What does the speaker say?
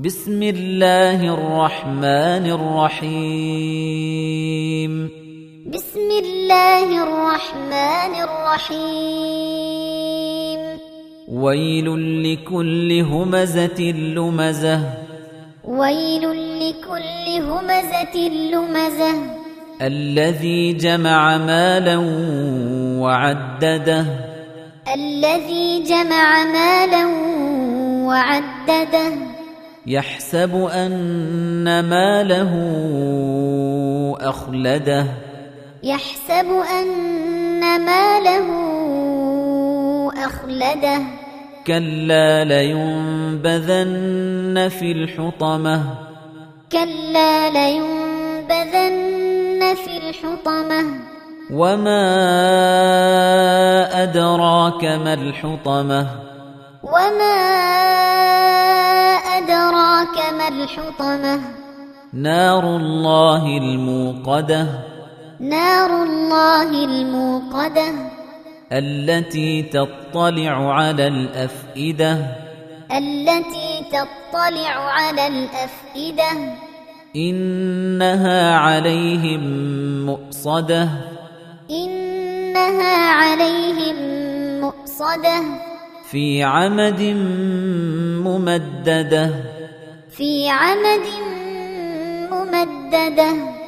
بسم الله الرحمن الرحيم بسم الله الرحمن الرحيم ويل لكل همزة لمزة ويل لكل همزة لمزة الذي جمع مالا وعدده الذي جمع مالا وعدده يحسب أن ماله أخلده يحسب أن ماله أخلده كلا لينبذن في الحطمة كلا لينبذن في الحطمة وما أدراك ما الحطمة وما أدراك ما الحطمة نار الله الموقدة نار الله الموقدة التي تطلع على الأفئدة التي تطلع على الأفئدة إنها عليهم مؤصدة إنها عليهم مؤصدة في عمد ممددة في عمد ممددة